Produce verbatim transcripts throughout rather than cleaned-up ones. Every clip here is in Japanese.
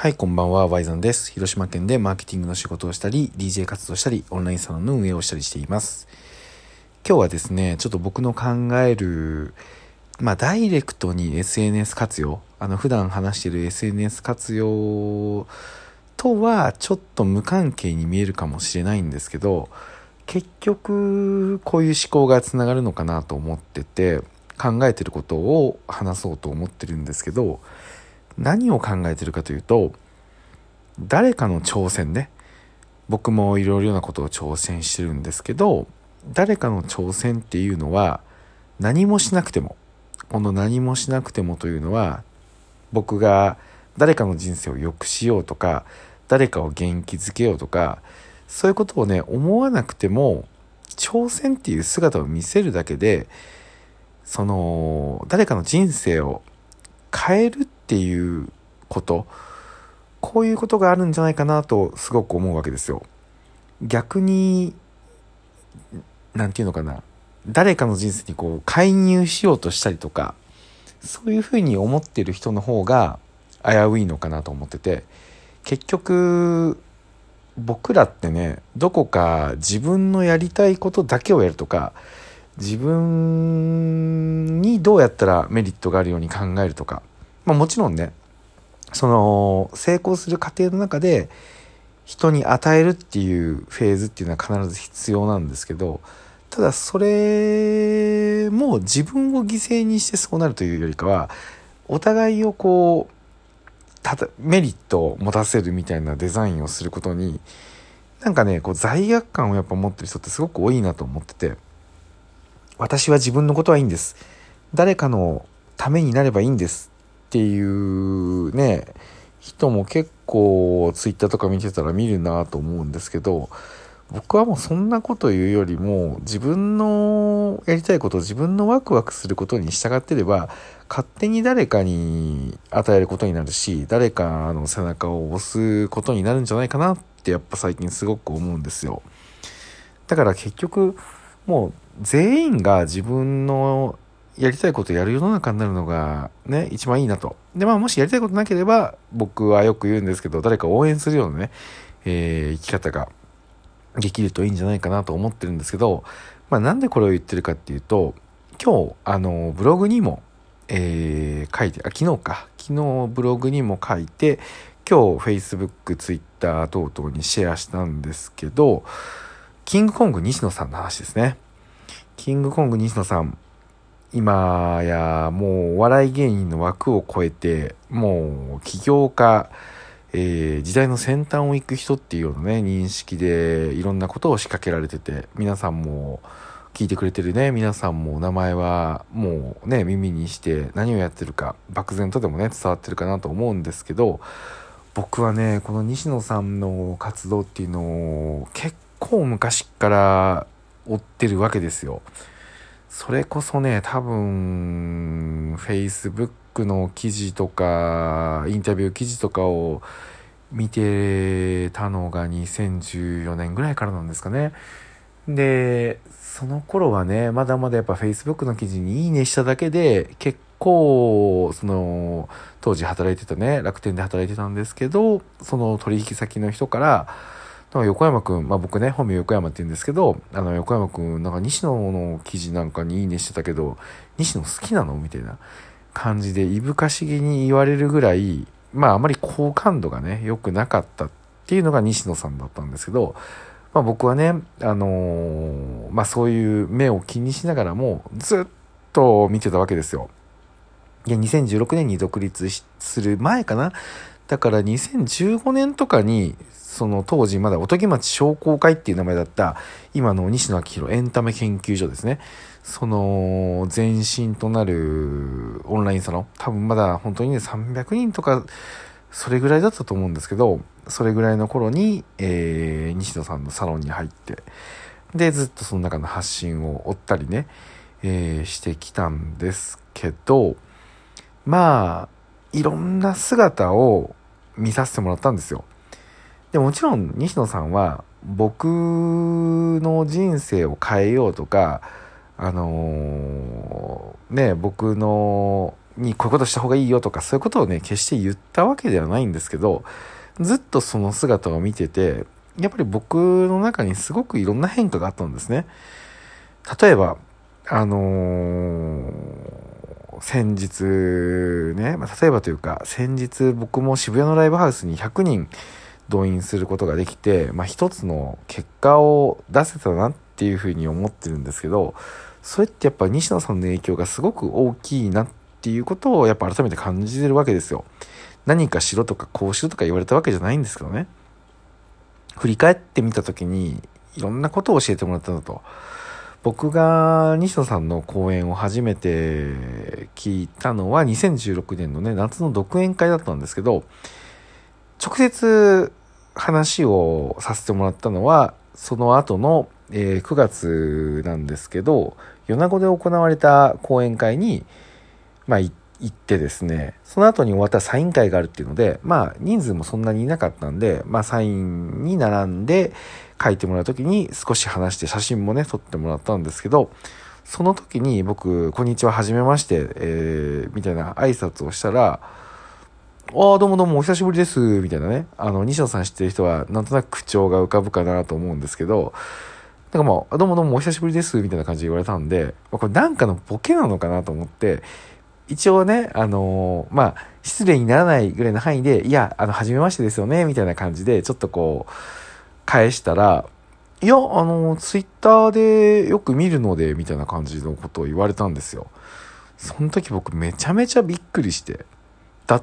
はい、こんばんは、ワイザンです。広島県でマーケティングの仕事をしたり、ディージェー 活動したり、オンラインサロンの運営をしたりしています。今日はですね、ちょっと僕の考える、まあ、ダイレクトに エスエヌエス 活用、あの、普段話している エスエヌエス 活用とはちょっと無関係に見えるかもしれないんですけど、結局、こういう思考がつながるのかなと思ってて、考えてることを話そうと思ってるんですけど、何を考えてるかというと、誰かの挑戦ね、僕もいろいろなことを挑戦してるんですけど、誰かの挑戦っていうのは何もしなくても、この何もしなくてもというのは、僕が誰かの人生を良くしようとか、誰かを元気づけようとか、そういうことをね、思わなくても、挑戦っていう姿を見せるだけで、その誰かの人生を変えるっていうこと、こういうことがあるんじゃないかなとすごく思うわけですよ。逆に、なんていうのかな、誰かの人生にこう介入しようとしたりとか、そういうふうに思っている人の方が危ういのかなと思ってて、結局僕らってね、どこか自分のやりたいことだけをやるとか、自分にどうやったらメリットがあるように考えるとか、まあもちろんね、その成功する過程の中で人に与えるっていうフェーズっていうのは必ず必要なんですけど、ただそれも自分を犠牲にしてそうなるというよりかは、お互いをこうただメリットを持たせるみたいなデザインをすることに、なんかね、こう罪悪感をやっぱ持ってる人ってすごく多いなと思ってて、私は自分のことはいいんです、誰かのためになればいいんですっていうね、人も結構ツイッターとか見てたら見るなと思うんですけど、僕はもうそんなこと言うよりも、自分のやりたいこと、自分のワクワクすることに従ってれば、勝手に誰かに与えることになるし、誰かの背中を押すことになるんじゃないかなってやっぱ最近すごく思うんですよ。だから結局もう全員が自分のやりたいことをやる世の中になるのがね、一番いいなと。で、まあもしやりたいことなければ、僕はよく言うんですけど、誰かを応援するようなね、えー、生き方ができるといいんじゃないかなと思ってるんですけど、まあなんでこれを言ってるかっていうと、今日、あの、ブログにも、えー、書いて、あ、昨日か。昨日ブログにも書いて、今日 Facebook、Twitter 等々にシェアしたんですけど、キングコング西野さんの話ですね。キングコング西野さん、今やもうお笑い芸人の枠を超えて、もう起業家、えー、時代の先端を行く人っていうようなね、認識でいろんなことを仕掛けられてて、皆さんも聞いてくれてるね、皆さんもお名前はもうね、耳にして何をやってるか漠然とでもね、伝わってるかなと思うんですけど、僕はね、この西野さんの活動っていうのを結構昔から追ってるわけですよ。それこそね、多分 Facebook の記事とかインタビュー記事とかを見てたのがにせんじゅうよねんぐらいからなんですかね。で、その頃はね、まだまだやっぱ Facebook の記事にいいねしただけで結構、その当時働いてたね、楽天で働いてたんですけど、その取引先の人から、横山くん、まあ僕ね、本名横山って言うんですけど、あの横山くん、なんか西野の記事なんかにいいねしてたけど、西野好きなのみたいな感じでいぶかしげに言われるぐらい、まああまり好感度がね、良くなかったっていうのが西野さんだったんですけど、まあ僕はね、あのー、まあそういう目を気にしながらもずっと見てたわけですよ。いや、にせんじゅうろくねんに独立する前かな。だからにせんじゅうごねんとかに、その当時まだおとぎ町商工会っていう名前だった今の西野昭弘エンタメ研究所ですね。その前身となるオンラインサロン、多分まだ本当にねさんびゃくにんとかそれぐらいだったと思うんですけど、それぐらいの頃に、えー、西野さんのサロンに入って、でずっとその中の発信を追ったりね、えー、してきたんですけど、まあいろんな姿を見させてもらったんですよ。でもちろん西野さんは僕の人生を変えようとか、あのー、ね、僕のにこういうことした方がいいよとか、そういうことをね、決して言ったわけではないんですけど、ずっとその姿を見てて、やっぱり僕の中にすごくいろんな変化があったんですね。例えば、あのー、先日ね、まあ、例えばというか、先日僕も渋谷のライブハウスにひゃくにん動員することができて、まあ、一つの結果を出せたなっていうふうに思ってるんですけど、それってやっぱ西野さんの影響がすごく大きいなっていうことをやっぱ改めて感じてるわけですよ。何かしろとかこうしろとか言われたわけじゃないんですけどね。振り返ってみたときにいろんなことを教えてもらったんだと。僕が西野さんの講演を初めて聞いたのはにせんじゅうろくねんのね、夏の独演会だったんですけど、直接話をさせてもらったのはその後の、えー、くがつなんですけど、米子で行われた講演会にまあ行ってですね、その後に終わったサイン会があるっていうので、まあ人数もそんなにいなかったんで、まあサインに並んで書いてもらう時に少し話して写真もね撮ってもらったんですけど、その時に僕こんにちははじめまして、えー、みたいな挨拶をしたら、ああどうもどうもお久しぶりですみたいなね、あの西野さん知ってる人はなんとなく口調が浮かぶかなと思うんですけど、なんかもうどうもどうもお久しぶりですみたいな感じで言われたんで、これなんかのボケなのかなと思って、一応ね、あのー、まあ、失礼にならないぐらいの範囲で、いや、あの、初めましてですよね、みたいな感じで、ちょっとこう、返したら、いや、あの、ツイッターでよく見るので、みたいな感じのことを言われたんですよ。その時僕めちゃめちゃびっくりして。だって、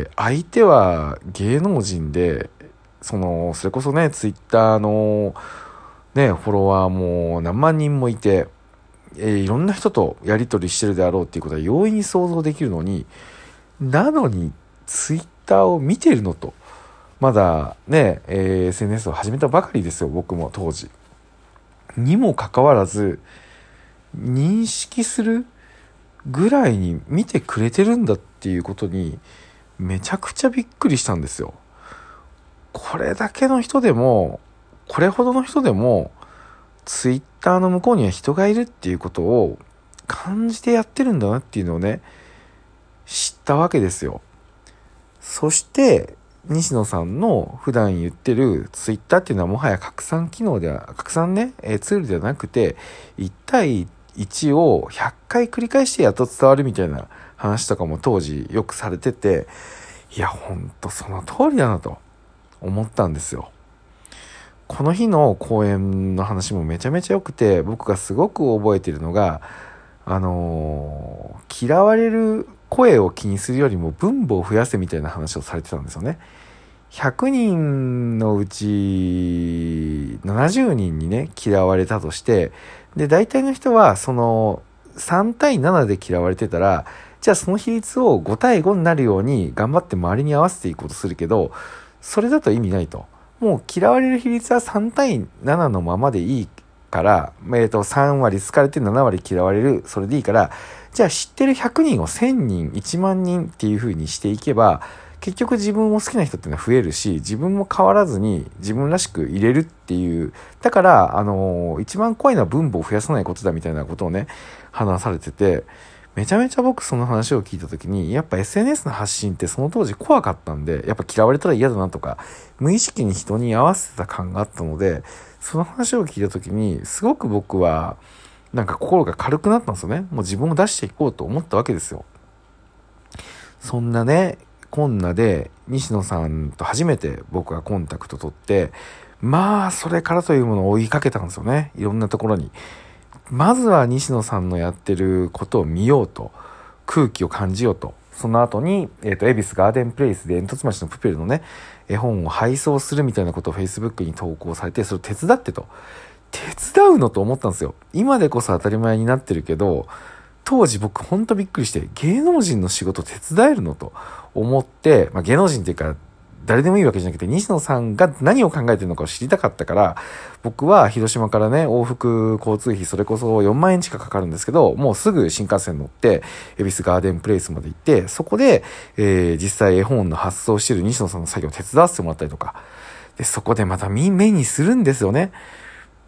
相手は芸能人で、その、それこそね、ツイッターの、ね、フォロワーも何万人もいて、えー、いろんな人とやり取りしてるであろうっていうことは容易に想像できるのに、なのにツイッターを見てるのと、まだね、えー、エスエヌエス を始めたばかりですよ、僕も当時。にもかかわらず、認識するぐらいに見てくれてるんだっていうことに、めちゃくちゃびっくりしたんですよ。これだけの人でも、これほどの人でも、ツイッターの向こうには人がいるっていうことを感じてやってるんだなっていうのをね、知ったわけですよ。そして西野さんの普段言ってるツイッターっていうのはもはや拡散機能では、拡散ね、えー、ツールではなくて、いち対いちをひゃっかい繰り返してやっと伝わるみたいな話とかも当時よくされてて、いやほんとその通りだなと思ったんですよ。この日の講演の話もめちゃめちゃ良くて、僕がすごく覚えているのが、あのー、嫌われる声を気にするよりも分母を増やせみたいな話をされてたんですよね。ひゃくにんのうちななじゅうにんにね、嫌われたとして、で、大体の人はそのさん対ななで嫌われてたら、じゃあその比率をご対ごになるように頑張って周りに合わせていこうとするけど、それだと意味ないと。もう嫌われる比率はさん対ななのままでいいから、えっと、さん割好かれてなな割嫌われる、それでいいから、じゃあ知ってるひゃくにんをせんにん、いちまんにんっていう風にしていけば、結局自分を好きな人っていうのは増えるし、自分も変わらずに自分らしく入れるっていう、だから、あのー、一番怖いのは分母を増やさないことだみたいなことをね、話されてて、めちゃめちゃ僕その話を聞いたときに、やっぱ エスエヌエス の発信ってその当時怖かったんで、やっぱ嫌われたら嫌だなとか、無意識に人に合わせてた感があったので、その話を聞いたときに、すごく僕は、なんか心が軽くなったんですよね。もう自分を出していこうと思ったわけですよ。そんなね、こんなで、西野さんと初めて僕がコンタクト取って、まあ、それからというものを追いかけたんですよね。いろんなところに。まずは西野さんのやってることを見ようと、空気を感じようと。その後に、えっと、恵比寿ガーデンプレイスで煙突町のプペルのね、絵本を配送するみたいなことを Facebook に投稿されて、それを手伝ってと。手伝うのと思ったんですよ。今でこそ当たり前になってるけど、当時僕ほんとびっくりして、芸能人の仕事手伝えるのと思って、まあ、芸能人っていうか、誰でもいいわけじゃなくて、西野さんが何を考えてるのかを知りたかったから、僕は広島からね、往復交通費それこそよんまんえん近くかかるんですけど、もうすぐ新幹線乗って、恵比寿ガーデンプレイスまで行って、そこで、えー、実際絵本の発送してる西野さんの作業を手伝わせてもらったりとか、で、そこでまた目にするんですよね。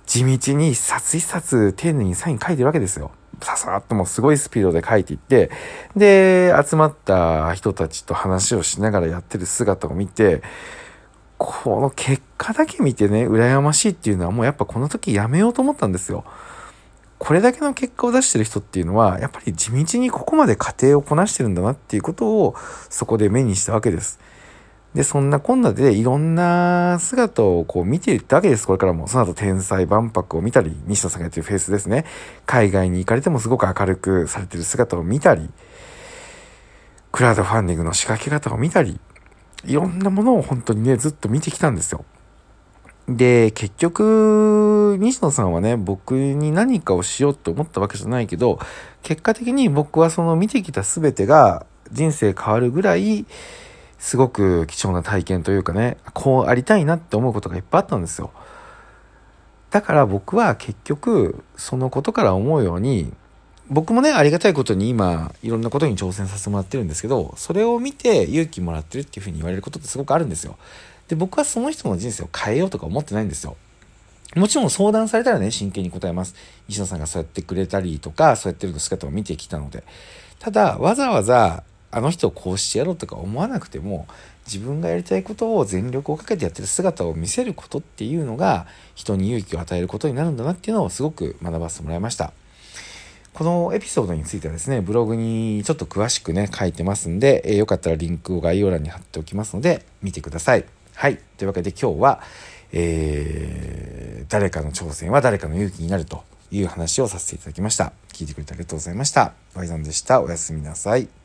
地道に一冊一冊丁寧にサイン書いてるわけですよ。ささっともうすごいスピードで書いていって、で、集まった人たちと話をしながらやってる姿を見て、この結果だけ見てね、羨ましいっていうのはもうやっぱこの時やめようと思ったんですよ。これだけの結果を出してる人っていうのは、やっぱり地道にここまで過程をこなしてるんだなっていうことをそこで目にしたわけです。で、そんなこんなでいろんな姿をこう見ていったわけです。これからも。その後天才万博を見たり、西野さんがやってるフェイスですね。海外に行かれてもすごく明るくされてる姿を見たり、クラウドファンディングの仕掛け方を見たり、いろんなものを本当にね、ずっと見てきたんですよ。で、結局、西野さんはね、僕に何かをしようと思ったわけじゃないけど、結果的に僕はその見てきた全てが人生変わるぐらい、すごく貴重な体験というかね、こうありたいなって思うことがいっぱいあったんですよ。だから僕は結局、そのことから思うように、僕もね、ありがたいことに今、いろんなことに挑戦させてもらってるんですけど、それを見て勇気もらってるっていうふうに言われることってすごくあるんですよ。で、僕はその人の人生を変えようとか思ってないんですよ。もちろん相談されたらね、真剣に答えます。西野さんがそうやってくれたりとか、そうやってる姿を見てきたので。ただ、わざわざ、あの人をこうしてやろうとか思わなくても、自分がやりたいことを全力をかけてやってる姿を見せることっていうのが、人に勇気を与えることになるんだなっていうのをすごく学ばせてもらいました。このエピソードについてはですね、ブログにちょっと詳しくね、書いてますんで、えー、よかったらリンクを概要欄に貼っておきますので、見てください。はい。というわけで今日は、えー、誰かの挑戦は誰かの勇気になるという話をさせていただきました。聞いてくれてありがとうございました。ワイザンでした。おやすみなさい。